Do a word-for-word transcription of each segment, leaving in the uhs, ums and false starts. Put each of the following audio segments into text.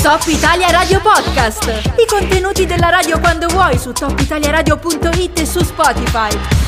Top Italia Radio Podcast. I contenuti della radio quando vuoi su top italia radio punto it e su Spotify.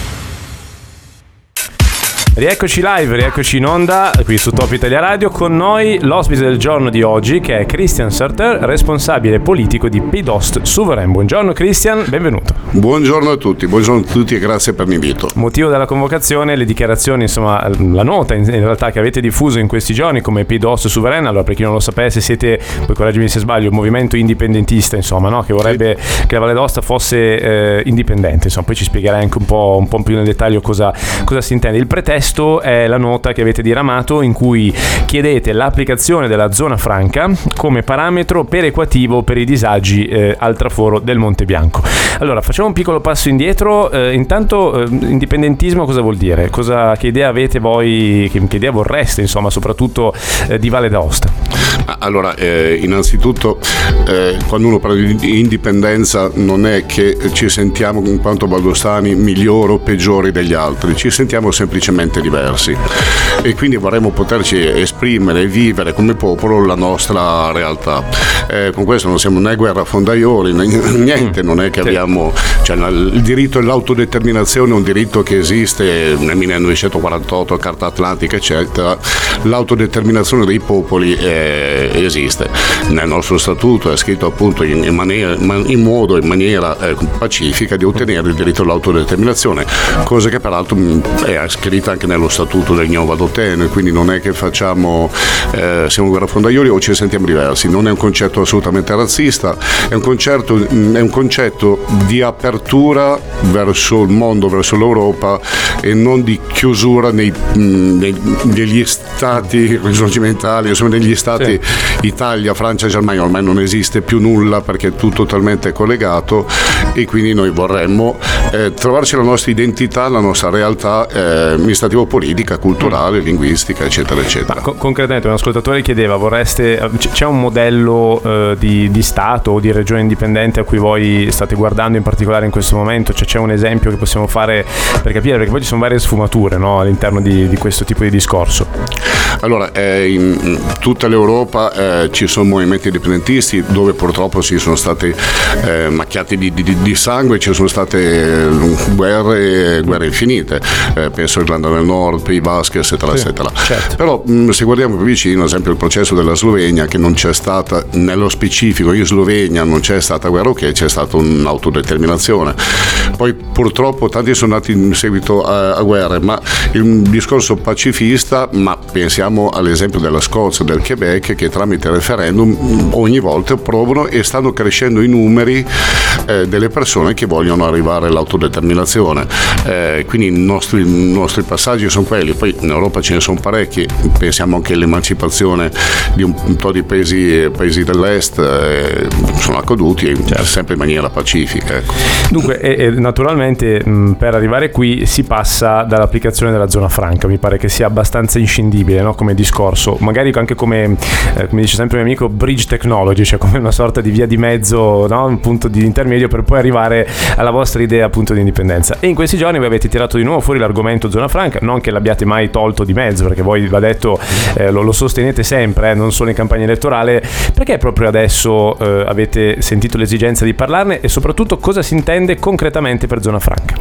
Rieccoci live, rieccoci in onda qui su Top Italia Radio. Con noi l'ospite del giorno di oggi, che è Christian Sarter, responsabile politico di Paydost Souverain. Buongiorno Christian, benvenuto. Buongiorno a tutti, buongiorno a tutti e grazie per l'invito. Motivo della convocazione, le dichiarazioni, insomma la nota in, in realtà che avete diffuso in questi giorni come Paydost Souverain. Allora, per chi non lo sapesse, siete, poi correggimi se sbaglio, un movimento indipendentista, insomma, no? Che vorrebbe sì. che la Valle d'Aosta fosse eh, indipendente. Insomma, poi ci spiegherai anche un po', un po' più nel dettaglio cosa, cosa si intende. Il pretesto è la nota che avete diramato in cui chiedete l'applicazione della zona franca come parametro perequativo per i disagi eh, al traforo del Monte Bianco. Allora, facciamo un piccolo passo indietro. Eh, intanto, eh, indipendentismo cosa vuol dire? Cosa, che idea avete voi, che, che idea vorreste, insomma, soprattutto eh, di Valle d'Aosta? Allora, eh, innanzitutto, eh, quando uno parla di indipendenza non è che ci sentiamo in quanto valdostani migliori o peggiori degli altri, ci sentiamo semplicemente diversi e quindi vorremmo poterci esprimere e vivere come popolo la nostra realtà. Eh, con questo non siamo né guerrafondaioli, né niente, non è che abbiamo, cioè, il diritto all'autodeterminazione è un diritto che esiste nel millenovecentoquarantotto, Carta Atlantica, eccetera. L'autodeterminazione dei popoli eh, esiste. Nel nostro statuto è scritto appunto in, in, maniera, in modo, in maniera eh, pacifica di ottenere il diritto all'autodeterminazione, cosa che peraltro è scritta anche nello statuto del Gnò Valdoteno, quindi non è che facciamo eh, siamo guerrafondaioli o ci sentiamo diversi. Non è un concetto assolutamente razzista, è un concetto, è un concetto di apertura verso il mondo, verso l'Europa e non di chiusura nei, nei, negli stati risorgimentali, insomma negli stati sì. Italia, Francia, Germania. Ormai non esiste più nulla perché è tutto totalmente collegato e quindi noi vorremmo eh, trovarci la nostra identità, la nostra realtà eh, amministrativo-politica, culturale, linguistica, eccetera, eccetera. Co- concretamente un ascoltatore chiedeva, vorreste, c'è un modello eh, di, di Stato o di regione indipendente a cui voi state guardando in particolare in questo momento? Cioè, c'è un esempio che possiamo fare per capire, perché poi ci sono varie sfumature, no, all'interno di, di questo tipo di discorso. Allora, eh, in tutta l'Europa eh, ci sono movimenti indipendentisti dove purtroppo si sono stati eh, macchiati di, di, di sangue, ci sono state guerre, guerre infinite, eh, penso all'Irlanda del Nord, Pays Baschi, eccetera, sì, eccetera. Certo. Però mh, se guardiamo più vicino, ad esempio il processo della Slovenia, che non c'è stata, nello specifico in Slovenia non c'è stata guerra, ok, c'è stata un'autodeterminazione. Poi purtroppo tanti sono andati in seguito a, a guerre, ma il discorso pacifista, ma pensiamo all'esempio della Scozia, del Quebec, che tramite referendum ogni volta provano e stanno crescendo i numeri eh, delle persone che vogliono arrivare all'autodeterminazione. Eh, quindi i nostri, i nostri passaggi sono quelli. Poi in Europa ce ne sono parecchi, pensiamo anche all'emancipazione di un, un po' di paesi, paesi dell'est, eh, sono accaduti certo. sempre in maniera pacifica. Ecco. Dunque, e, e naturalmente mh, per arrivare qui si passa dall'applicazione della zona franca, mi pare che sia abbastanza inscindibile, no? Come discorso, magari anche come, eh, come dice sempre il mio amico, bridge technology, cioè come una sorta di via di mezzo, no? Un punto di intermedio per poi arrivare alla vostra idea appunto di indipendenza. E in questi giorni voi avete tirato di nuovo fuori l'argomento zona franca, non che l'abbiate mai tolto di mezzo, perché voi, va detto, eh, lo, lo sostenete sempre, eh, non solo in campagna elettorale. Perché proprio adesso eh, avete sentito l'esigenza di parlarne e soprattutto cosa si intende concretamente per zona franca?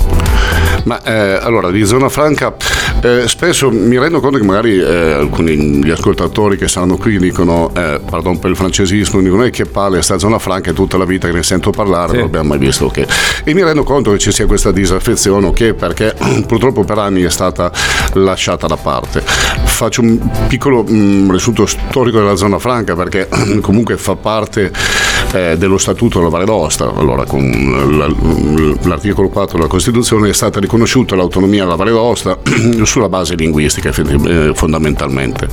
Ma eh, allora, di zona franca eh, spesso mi rendo conto che magari eh, alcuni gli ascoltatori che saranno qui dicono, eh, pardon per il francesismo, dicono eh, che palle sta zona franca, è tutta la vita che ne sento parlare, sì. non abbiamo mai visto che. E mi rendo conto che ci sia questa disaffezione, ok, perché purtroppo per anni è stata lasciata da parte. Faccio un piccolo mh, riassunto storico della zona franca, perché comunque fa parte eh, dello statuto della Valle d'Aosta. Allora, con la, l'articolo quattro della Costituzione è stata riconosciuta l'autonomia della Valle d'Aosta sulla base linguistica eh, fondamentalmente,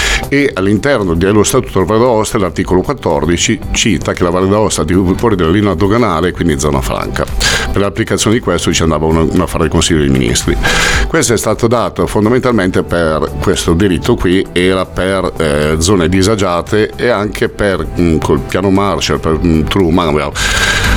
e all'interno dello statuto della Valle d'Aosta l'articolo quattordici cita che la Valle d'Aosta deve disporre della linea doganale, quindi zona franca. Per l'applicazione di questo ci andava un, un affare del Consiglio dei Ministri. Questo è stato dato fondamentalmente per questo diritto qui, era per eh, zone disagiate e anche per mh, col piano Marshall, per mh, Truman aveva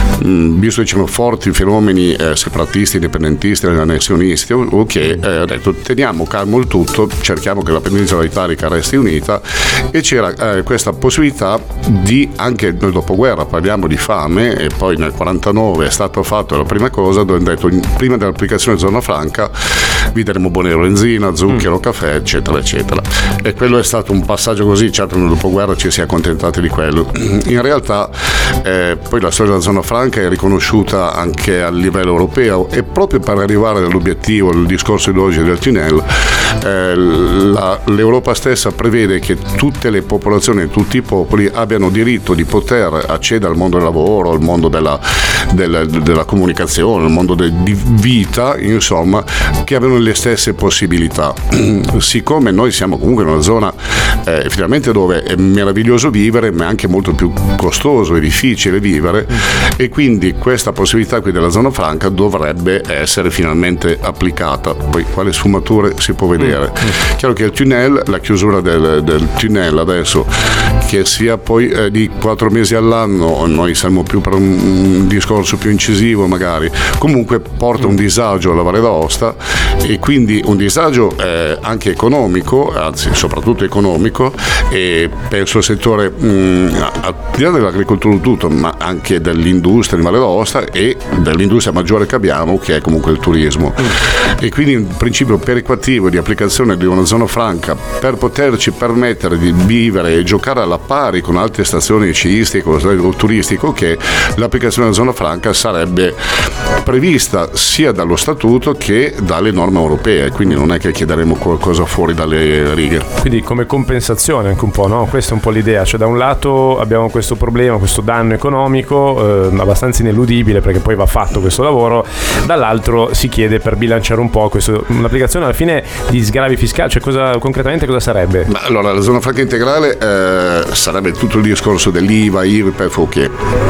mh, visto che c'erano forti fenomeni eh, separatisti, indipendentisti, annessionisti, ok, eh, ha detto teniamo calmo il tutto, cerchiamo che la penisola italica resti unita, e c'era eh, questa possibilità di, anche nel dopoguerra parliamo di fame, e poi nel quarantanove è stato fatto la prima cosa dove hanno detto prima dell'applicazione zona franca vi daremo buone benzina, zucchero, mm. caffè, eccetera eccetera, e quello è stato un passaggio così. Certo nel dopoguerra ci si è accontentati di quello. In realtà eh, poi la storia della zona franca è riconosciuta anche a livello europeo, e proprio per arrivare all'obiettivo, il discorso di oggi del tunnel, eh, la, l'Europa stessa prevede che tutte le popolazioni, tutti i popoli abbiano diritto di poter accedere al mondo del lavoro, al mondo della, della, della comunicazione, al mondo de, di vita, insomma, che abbiano le stesse possibilità. Siccome noi siamo comunque in una zona eh, finalmente dove è meraviglioso vivere, ma è anche molto più costoso e difficile vivere, e quindi questa possibilità qui della zona franca dovrebbe essere finalmente applicata. Poi quale sfumature si può vedere. Mm. Chiaro che il tunnel, la chiusura del, del tunnel adesso, che sia poi eh, di quattro mesi all'anno, noi siamo più per un, un discorso più incisivo magari, comunque porta un disagio alla Valle d'Aosta, e quindi un disagio eh, anche economico, anzi soprattutto economico, e penso al settore mh, al di là dell'agricoltura tutto, ma anche dell'industria di Valle d'Aosta e dell'industria maggiore che abbiamo, che è comunque il turismo. Mm. E quindi un principio perequativo di applicazione di una zona franca per poterci permettere di vivere e giocare alla pari con altre stazioni sciistiche o turistiche, che l'applicazione della zona franca sarebbe prevista sia dallo statuto che dalle norme europee, quindi non è che chiederemo qualcosa fuori dalle righe. Quindi come compensazione anche un po', no? Questa è un po' l'idea, cioè da un lato abbiamo questo problema, questo danno economico eh, abbastanza ineludibile perché poi va fatto questo lavoro, dall'altro si chiede per bilanciare un po' questo, un'applicazione alla fine di sgravi fiscali, cioè cosa concretamente cosa sarebbe? Ma allora la zona franca integrale eh, sarebbe tutto il discorso dell'I V A, I R P E F, ok.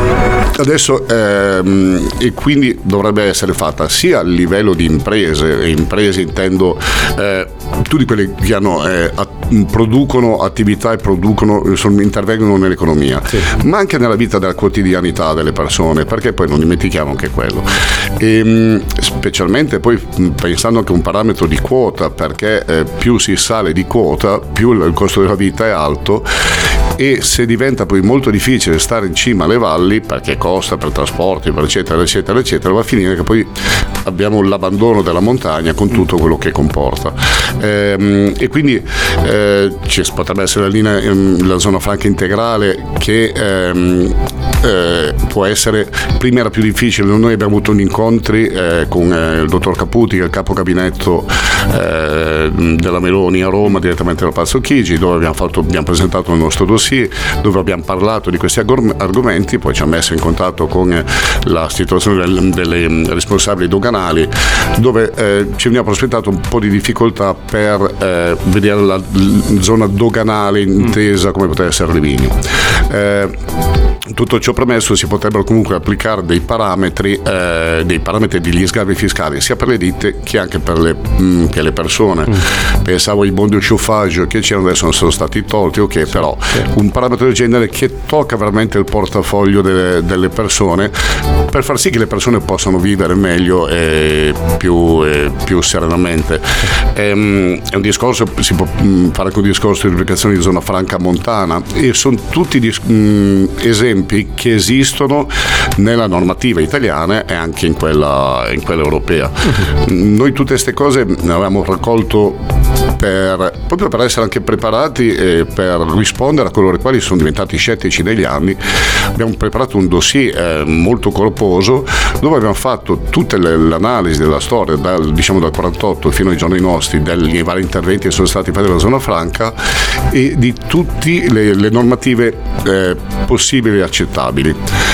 Adesso ehm, e quindi dovrebbe essere fatta sia a livello di imprese, e imprese intendo eh, tutti quelli che hanno, eh, at- producono attività e producono, insomma, intervengono nell'economia, sì. Ma anche nella vita della quotidianità delle persone, perché poi non dimentichiamo anche quello. E, specialmente poi pensando anche a un parametro di quota, perché eh, più si sale di quota più il costo della vita è alto, e se diventa poi molto difficile stare in cima alle valli perché costa per trasporti, per eccetera eccetera eccetera, va a finire che poi abbiamo l'abbandono della montagna con tutto quello che comporta. Ehm, e quindi eh, ci potrebbe essere la linea, ehm, la zona franca integrale che ehm, eh, può essere, prima era più difficile, noi abbiamo avuto incontri eh, con eh, il dottor Caputi, che è il capo gabinetto eh, della Meloni a Roma, direttamente da Palazzo Chigi, dove abbiamo, fatto, abbiamo presentato il nostro dossier, dove abbiamo parlato di questi argomenti, poi ci ha messo in contatto con la situazione delle, delle responsabili doganali, dove eh, ci veniva prospettato un po' di difficoltà per eh, vedere la, la zona doganale intesa come poteva essere Livigno. Eh, Tutto ciò premesso, si potrebbero comunque applicare dei parametri, eh, dei parametri degli sgravi fiscali sia per le ditte che anche per le, mh, che le persone. Mm. Pensavo ai buoni di ciuffaggio che c'erano, adesso non sono stati tolti, ok, sì, però sì. Un parametro del genere che tocca veramente il portafoglio delle, delle persone, per far sì che le persone possano vivere meglio e più, e più serenamente. È, è un discorso, si può fare anche un discorso di applicazione di zona franca montana, e sono tutti dis- mh, esempi che esistono nella normativa italiana e anche in quella, in quella europea. Uh-huh. Noi tutte queste cose ne avevamo raccolto per, proprio per essere anche preparati e per rispondere a coloro i quali sono diventati scettici negli anni. Abbiamo preparato un dossier eh, molto corposo, dove abbiamo fatto tutte le, l'analisi della storia dal, diciamo dal quarantotto fino ai giorni nostri, degli vari interventi che sono stati fatti nella zona franca e di tutte le, le normative eh, possibili e accettabili.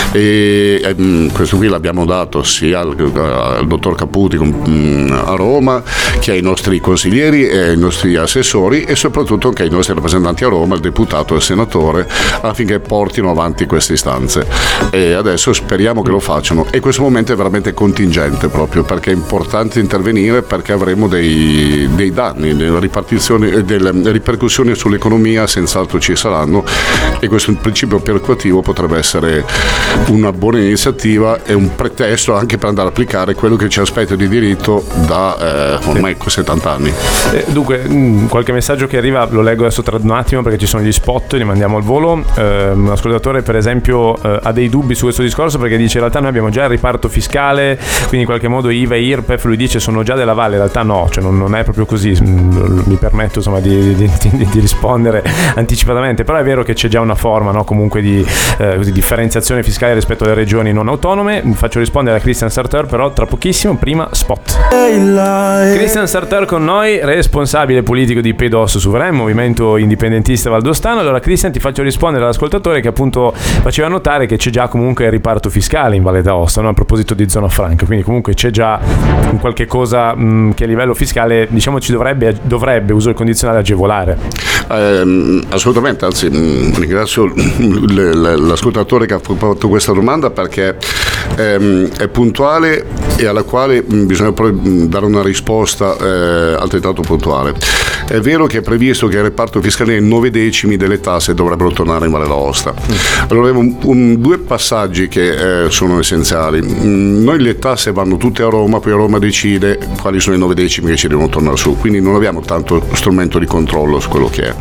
E eh, questo qui l'abbiamo dato sia al, al dottor Caputi mh, a Roma, che ai nostri consiglieri e ai nostri assessori, e soprattutto anche ai nostri rappresentanti a Roma, il deputato e il senatore, affinché portino avanti queste istanze. E adesso speriamo che lo facciano, e questo momento è veramente contingente, proprio perché è importante intervenire, perché avremo dei, dei danni, delle ripartizioni, delle ripercussioni sull'economia senz'altro ci saranno, e questo è un principio perequativo potrebbe essere una buona iniziativa e un pretesto anche per andare a applicare quello che ci aspetta di diritto da eh, ormai settanta anni. Eh, dunque, mh, qualche messaggio che arriva lo leggo adesso tra un attimo perché ci sono gli spot, li mandiamo al volo. Eh, un ascoltatore per esempio eh, ha dei dubbi su questo discorso perché dice in realtà noi abbiamo già il riparto fiscale, quindi in qualche modo I V A e I R P E F, lui dice sono già della valle, in realtà no, cioè non, non è proprio così. Mi permetto insomma di, di, di, di rispondere anticipatamente, però è vero che c'è già una forma, no, comunque di eh, così, differenziazione fiscale rispetto alle regioni non autonome. Mi faccio rispondere a Christian Sarteur però tra pochissimo, prima spot. Christian Sarteur con noi, responsabile politico di Pedos Souverain, movimento indipendentista valdostano. Allora Christian, ti faccio rispondere all'ascoltatore che appunto faceva notare che c'è già comunque il riparto fiscale in Valle d'Aosta, no? A proposito di zona franca, quindi comunque c'è già un qualche cosa mh, che a livello fiscale diciamo ci dovrebbe, dovrebbe uso il condizionale, agevolare. Eh, assolutamente, anzi mh, ringrazio l- l- l'ascoltatore che ha fatto questa domanda perché ehm, è puntuale e alla quale mh, bisogna poi mh, dare una risposta eh, altrettanto puntuale. È vero che è previsto che il reparto fiscale nei nove decimi delle tasse dovrebbero tornare in Valle d'Aosta. Allora abbiamo un, un, due passaggi che eh, sono essenziali. Mm, noi le tasse vanno tutte a Roma, poi a Roma decide quali sono i nove decimi che ci devono tornare su, quindi non abbiamo tanto strumento di controllo su quello che è.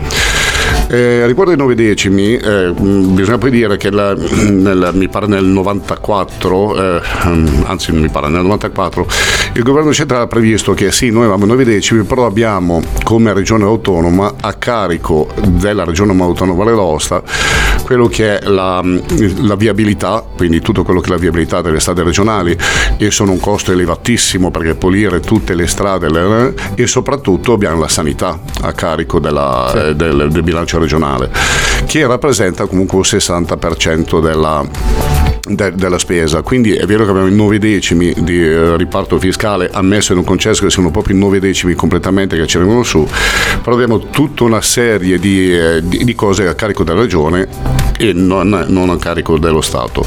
Eh, riguardo ai nove decimi, eh, bisogna poi dire che la, nel, mi pare nel novantaquattro, eh, anzi mi pare nel novantaquattro, il governo centrale ha previsto che sì, noi avevamo nove decimi, però abbiamo come regione autonoma a carico della regione autonoma Valle d'Aosta quello che è la, la viabilità, quindi tutto quello che è la viabilità delle strade regionali, e sono un costo elevatissimo perché pulire tutte le strade le, e soprattutto abbiamo la sanità a carico della, sì. del, del bilancio regionale, che rappresenta comunque il sessanta per cento della De, della spesa. Quindi è vero che abbiamo i nove decimi di eh, riparto fiscale, ammesso e non concesso che siano proprio i nove decimi completamente che ci vengono su, però abbiamo tutta una serie di, eh, di, di cose a carico della regione e non, non a carico dello Stato.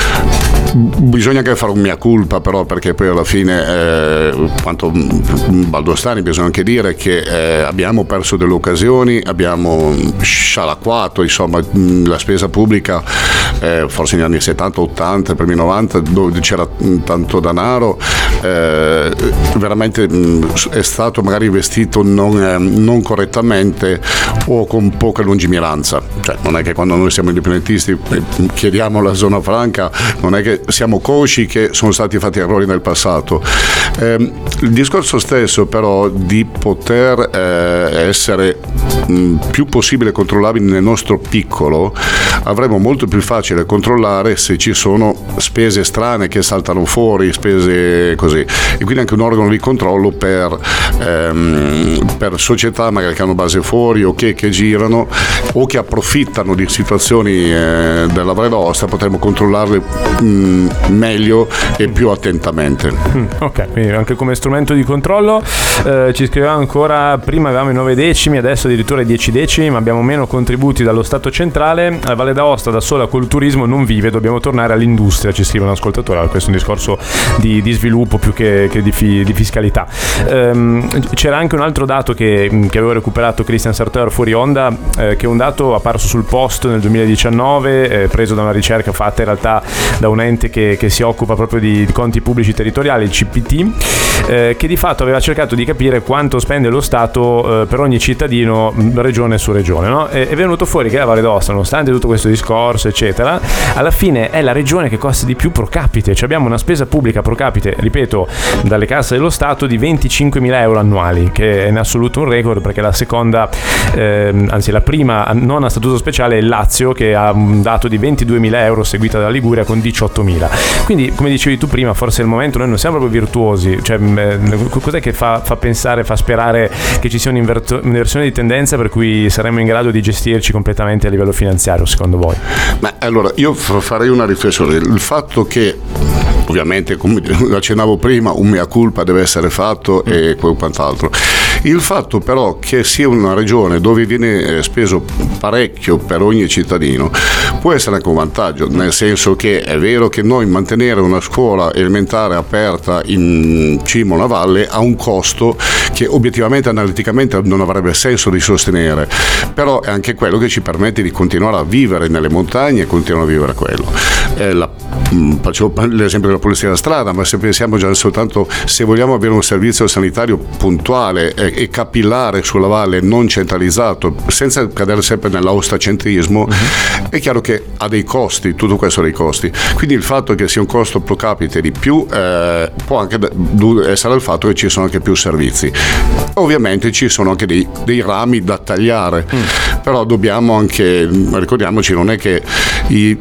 Bisogna anche fare un mea culpa però, perché poi alla fine eh, quanto valdostani bisogna anche dire che eh, abbiamo perso delle occasioni, abbiamo scialacquato insomma la spesa pubblica eh, forse negli anni settanta ottanta, primi novanta, dove c'era tanto denaro, eh, veramente mh, è stato magari investito non, eh, non correttamente o con poca lungimiranza. Cioè non è che quando noi siamo indipendentisti eh, chiediamo la zona franca, non è che siamo consci che sono stati fatti errori nel passato. Eh, il discorso stesso però di poter eh, essere mh, più possibile controllabili nel nostro piccolo, avremo molto più facile controllare se ci sono spese strane che saltano fuori, spese così, e quindi anche un organo di controllo per, ehm, per società magari che hanno base fuori o che, che girano o che approfittano di situazioni eh, della Valle d'Aosta, potremo controllarle mh, meglio e più attentamente. Mm, ok, quindi anche come strumento di controllo. Eh, ci scriveva ancora, prima avevamo i nove decimi, adesso addirittura i dieci decimi, ma abbiamo meno contributi dallo Stato centrale. La Valle d'Aosta da sola col turismo non vive, dobbiamo tornare all'industria, ci scrive un ascoltatore. Allora, questo è un discorso di, di sviluppo più che, che di, fi, di fiscalità. Ehm, c'era anche un altro dato che, che avevo recuperato Christian Sarteur fuori onda, eh, che è un dato apparso sul Post nel duemiladiciannove, eh, preso da una ricerca fatta in realtà da un ente Che, che si occupa proprio di, di conti pubblici territoriali, il C P T, eh, che di fatto aveva cercato di capire quanto spende lo Stato eh, per ogni cittadino regione su regione, no? E, è venuto fuori che la Valle d'Aosta, nonostante tutto questo discorso eccetera, alla fine è la regione che costa di più pro capite, cioè abbiamo una spesa pubblica pro capite, ripeto, dalle casse dello Stato di venticinquemila euro annuali, che è in assoluto un record, perché la seconda eh, anzi la prima non a statuto speciale è il Lazio, che ha un dato di ventiduemila euro, seguita dalla Liguria con diciottomila. Quindi, come dicevi tu prima, forse è il momento, noi non siamo proprio virtuosi, cioè cos'è che fa, fa pensare, fa sperare che ci sia un'inversione di tendenza per cui saremo in grado di gestirci completamente a livello finanziario, secondo voi? Ma allora io farei una riflessione. Il fatto che ovviamente, come accennavo prima, un mea culpa deve essere fatto e quant'altro. Il fatto però che sia una regione dove viene speso parecchio per ogni cittadino può essere anche un vantaggio, nel senso che è vero che noi mantenere una scuola elementare aperta in cima a una valle ha un costo che obiettivamente, analiticamente non avrebbe senso di sostenere, però è anche quello che ci permette di continuare a vivere nelle montagne e continuare a vivere quello. Eh, la, faccio l'esempio della polizia della strada, ma se pensiamo già soltanto, se vogliamo avere un servizio sanitario puntuale e, e capillare sulla valle, non centralizzato, senza cadere sempre nell'austacentrismo, uh-huh. è chiaro che ha dei costi, tutto questo ha dei costi, quindi il fatto che sia un costo pro capite di più eh, può anche essere il fatto che ci sono anche più servizi. Ovviamente ci sono anche dei, dei rami da tagliare, mm. però dobbiamo anche, ricordiamoci, non è che i,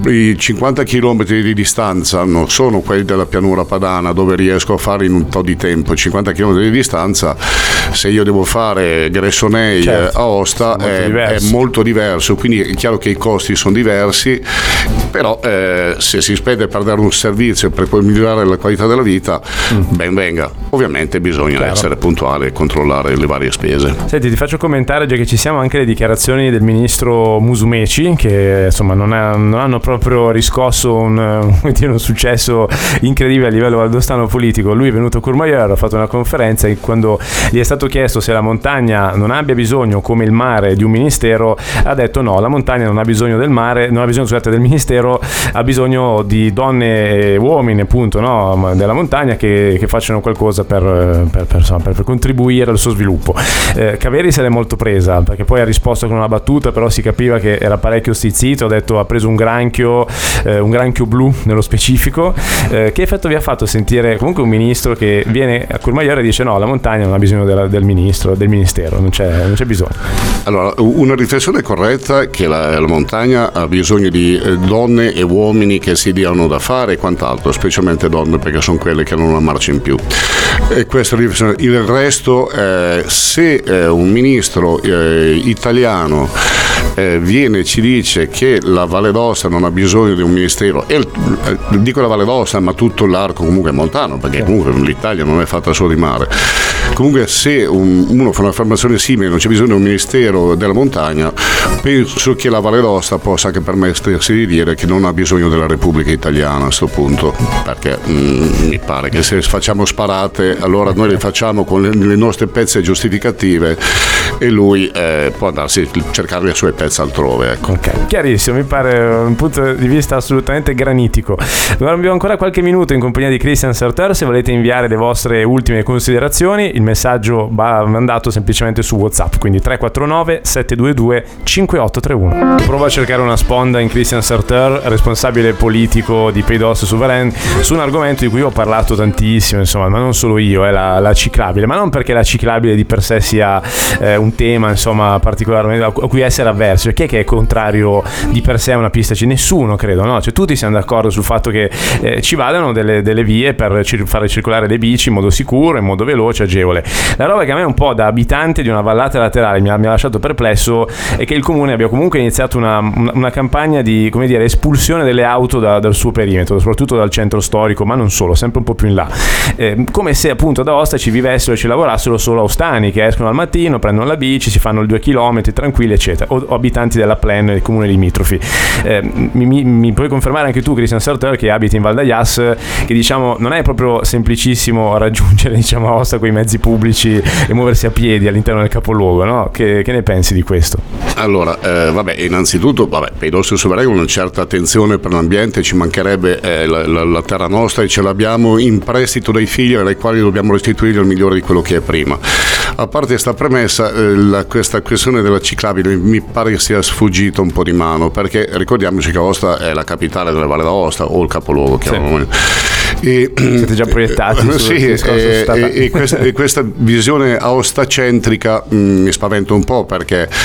i cinquanta chilometri di distanza non sono quelli della pianura padana dove riesco a fare in un po' di tempo. cinquanta chilometri di distanza, se io devo fare Gressonei certo. a Aosta è, è molto diverso, quindi è chiaro che i costi sono diversi, però eh, se si spende per dare un servizio per poi migliorare la qualità della vita, mm. ben venga. Ovviamente bisogna Chiaro. essere puntuali e controllare le varie spese. Senti, ti faccio commentare, già che ci siamo, anche le dichiarazioni del ministro Musumeci, che insomma non, ha, non hanno proprio riscosso un, un successo incredibile a livello valdostano politico. Lui è venuto a Courmayeur, ha fatto una conferenza e quando gli è stato chiesto se la montagna non abbia bisogno, come il mare, di un ministero, ha detto no, la montagna non ha bisogno del mare, non ha bisogno scusate, del ministero, ha bisogno di donne e uomini appunto, no, della montagna che, che facciano qualcosa per, per, per, insomma, per, per contribuire al suo sviluppo. eh, Caveri se l'è molto presa, perché poi ha risposto con una battuta, però si capiva che era parecchio stizzito, ha detto ha preso un granchio eh, un granchio blu nello specifico. eh, che effetto vi ha fatto sentire comunque un ministro che viene a Courmayeur e dice no, la montagna non ha bisogno della, del ministro, del ministero, non c'è, non c'è bisogno? Allora, una riflessione corretta è che la, la montagna ha bisogno di eh, donne e uomini che si diano da fare e quant'altro, specialmente donne, perché sono quelle che hanno una marcia in più. E questo, il resto, eh, se eh, un ministro eh, italiano eh, viene e ci dice che la Valle d'Aosta non ha bisogno di un ministero, e eh, dico la Valle d'Aosta ma tutto l'arco comunque montano, perché comunque l'Italia non è fatta solo di mare, comunque se un, uno fa un'affermazione simile, non c'è bisogno di un ministero della montagna, penso che la Valle d'Aosta possa anche permettersi di dire che non ha bisogno della Repubblica Italiana a questo punto, perché mh, mi pare che se facciamo sparate allora noi le facciamo con le, le nostre pezze giustificative e lui eh, può andarsi a cercare le sue pezze altrove, ecco. Ok, chiarissimo, mi pare un punto di vista assolutamente granitico. Abbiamo ancora qualche minuto in compagnia di Christian Sartor. Se volete inviare le vostre ultime considerazioni, il messaggio va mandato semplicemente su WhatsApp, quindi tre quattro nove sette due due cinque otto tre uno. Provo a cercare una sponda in Christian Sartor, responsabile politico di Pays d'Ost Souverain, su un argomento di cui ho parlato tantissimo, insomma, ma non solo io, è la, la ciclabile, ma non perché la ciclabile di per sé sia eh, un tema, insomma, particolarmente a cui essere avverso. Chi è che è contrario di per sé a una pista? C'è nessuno, credo, no? Cioè tutti siamo d'accordo sul fatto che eh, ci vadano delle, delle vie per cir- fare circolare le bici in modo sicuro, in modo veloce, agevole. La roba che a me un po' da abitante di una vallata laterale mi ha, mi ha lasciato perplesso è che il comune abbia comunque iniziato una, una, una campagna di, come dire, espulsione delle auto da, dal suo perimetro, soprattutto dal centro storico, ma non solo, sempre un po' più in là, eh, come se appunto ad Aosta ci vivessero e ci lavorassero solo aostani che escono al mattino, prendono la bici, si fanno i due chilometri tranquilli eccetera, o, o abitanti della Plaine, del comune limitrofi. eh, mi, mi, mi puoi confermare anche tu, Christian Sartor, che abiti in Val d'Ayas, che diciamo non è proprio semplicissimo raggiungere, diciamo, Aosta con i mezzi pubblici e muoversi a piedi all'interno del capoluogo, no? Che, che ne pensi di questo? Allora, eh, vabbè, innanzitutto, vabbè, Pays d'Ost Souverain una certa attenzione per l'ambiente, ci mancherebbe, eh, la, la, la terra nostra e ce l'abbiamo in prestito dai figli ai quali dobbiamo restituire il migliore di quello che è prima. A parte questa premessa, eh, la, questa questione della ciclabile mi pare che sia sfuggita un po' di mano, perché ricordiamoci che Aosta è la capitale della Valle d'Aosta, o il capoluogo, chiamiamolo. E, siete già proiettati eh, sì, e, e, e, questa, e questa visione aostacentrica mh, mi spaventa un po', perché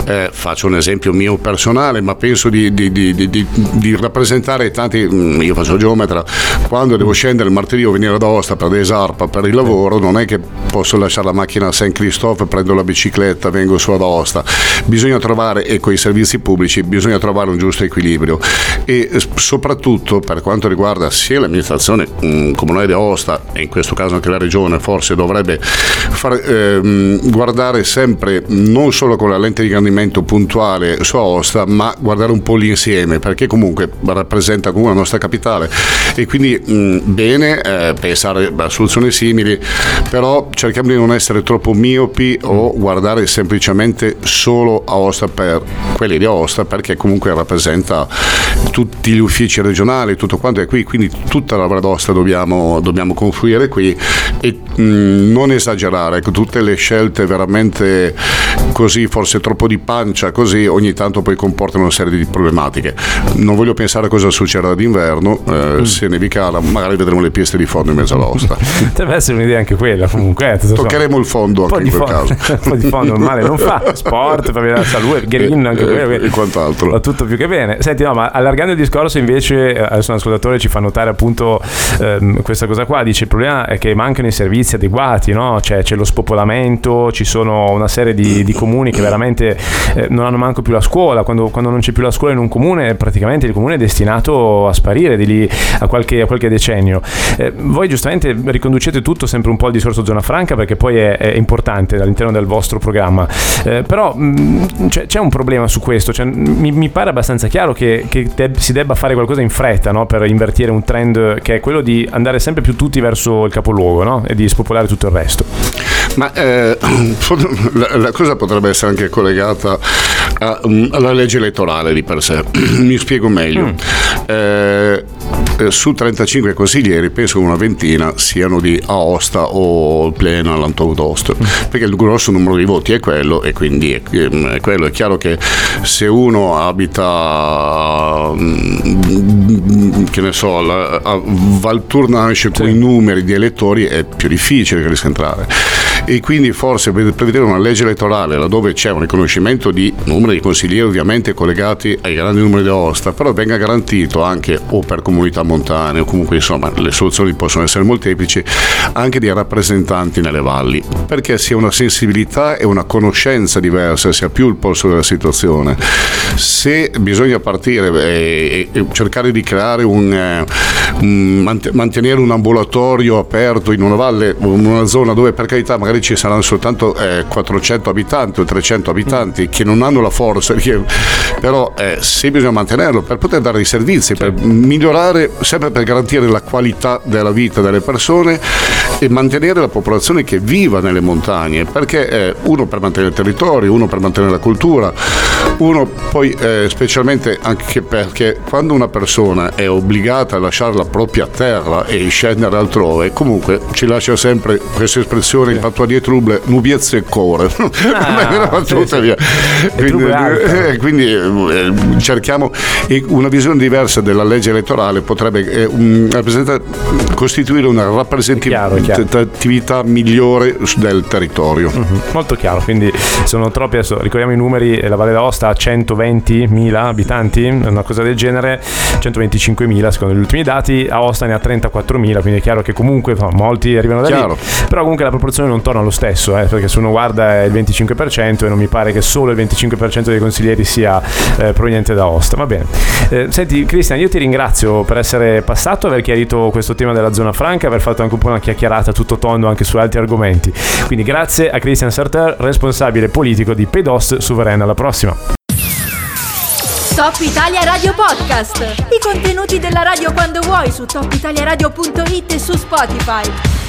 Eh, faccio un esempio mio personale, ma penso di, di, di, di, di, di rappresentare tanti. Io faccio geometra, quando devo scendere il martedì o venire ad Aosta per Desarpa per il lavoro, non è che posso lasciare la macchina a Saint Christophe, prendo la bicicletta, vengo su ad Aosta. Bisogna trovare, e con i servizi pubblici bisogna trovare un giusto equilibrio, e soprattutto per quanto riguarda sia l'amministrazione mh, comunale di Aosta, e in questo caso anche la regione, forse dovrebbe far, ehm, guardare sempre non solo con la lente di ingrandimento puntuale su Aosta, ma guardare un po' l'insieme, perché comunque rappresenta comunque la nostra capitale, e quindi mh, bene eh, pensare a soluzioni simili, però cerchiamo di non essere troppo miopi o guardare semplicemente solo Aosta per quelli di Aosta, perché comunque rappresenta tutti gli uffici regionali, tutto quanto è qui, quindi tutta la Val d'Aosta dobbiamo, dobbiamo confluire qui, e mh, non esagerare, ecco, tutte le scelte veramente così, forse troppo di pancia, così ogni tanto poi comportano una serie di problematiche. Non voglio pensare a cosa succederà d'inverno, eh, mm. se nevicherà magari vedremo le piste di fondo in mezzo all'Aosta. Deve essere un'idea anche quella, comunque eh, toccheremo il fondo anche in quel fondo, caso. Un po' di fondo male non fa, sport, fa bene la salute, green, anche e, quello, e quant'altro. Va tutto più che bene. Senti, no, ma allargando il discorso invece, adesso un ascoltatore ci fa notare appunto ehm, questa cosa qua, dice il problema è che mancano i servizi adeguati, no? Cioè c'è lo spopolamento, ci sono una serie di, di comuni che veramente eh, non hanno manco più la scuola, quando, quando non c'è più la scuola in un comune praticamente il comune è destinato a sparire di lì a qualche, a qualche decennio. Eh, voi giustamente riconducete tutto sempre un po' al discorso zona franca, perché poi è, è importante all'interno del vostro programma, eh, però mh, c'è, c'è un problema su questo, cioè, mi, mi pare abbastanza chiaro che, che deb- si debba fare qualcosa in fretta, no? Per invertire un trend che è quello di andare sempre più tutti verso il capoluogo, no? E di spopolare tutto il resto. Ma eh, la, la cosa potrebbe essere anche collegata a, um, alla legge elettorale di per sé. Mi spiego meglio. Mm. Eh, su trentacinque consiglieri penso che una ventina siano di Aosta o Plena, Lantou d'Ost, mm. perché il grosso numero di voti è quello, e quindi è, è quello. È chiaro che se uno abita che ne so la, a Valtournanche con sì. i numeri di elettori è più difficile che riesca a entrare, e quindi forse per vedere una legge elettorale laddove c'è un riconoscimento di numeri di consiglieri ovviamente collegati ai grandi numeri di Aosta, però venga garantito anche o per comunità montane o comunque insomma le soluzioni possono essere molteplici, anche di rappresentanti nelle valli, perché sia una sensibilità e una conoscenza diversa, sia più il polso della situazione. Se bisogna partire e, e cercare di creare un, eh, un mantenere un ambulatorio aperto in una valle o in una zona dove per carità magari ci saranno soltanto eh, quattrocento abitanti o trecento abitanti mm. che non hanno la forza, che, però eh, se bisogna mantenerlo per poter dare i servizi, per migliorare, sempre per garantire la qualità della vita delle persone e mantenere la popolazione che viva nelle montagne, perché eh, uno per mantenere il territorio, uno per mantenere la cultura, uno poi eh, specialmente anche perché quando una persona è obbligata a lasciare la propria terra e scendere altrove, comunque ci lascia sempre questa espressione in patuarie trouble, nubiezze e core, ah, sì, sì. Via. Quindi, eh, quindi eh, cerchiamo una visione diversa della legge elettorale, potrebbe eh, um, rappresentare, costituire una rappresentatività migliore del territorio. Mm-hmm. Molto chiaro, quindi sono troppi, adesso ricordiamo i numeri, la Valle d'Aosta ha centoventimila abitanti, una cosa del genere, centoventicinquemila secondo gli ultimi dati, Aosta ne ha trentaquattromila, quindi è chiaro che comunque no, molti arrivano da chiaro. lì, però comunque la proporzione non torna allo stesso, eh, perché se uno guarda è il venticinque per cento e non mi pare che solo il venticinque per cento dei consiglieri sia eh, proveniente da Aosta. Va bene, eh, senti Cristian, io ti ringrazio per essere passato, aver chiarito questo tema della zona franca, aver fatto anche un po' una chiacchierata tutto tondo anche su altri argomenti, quindi grazie a Cristian Sarter, responsabile politico di Pedost su Varenna. Alla prossima. Top Italia Radio Podcast. I contenuti della radio quando vuoi su top italia radio punto it e su Spotify.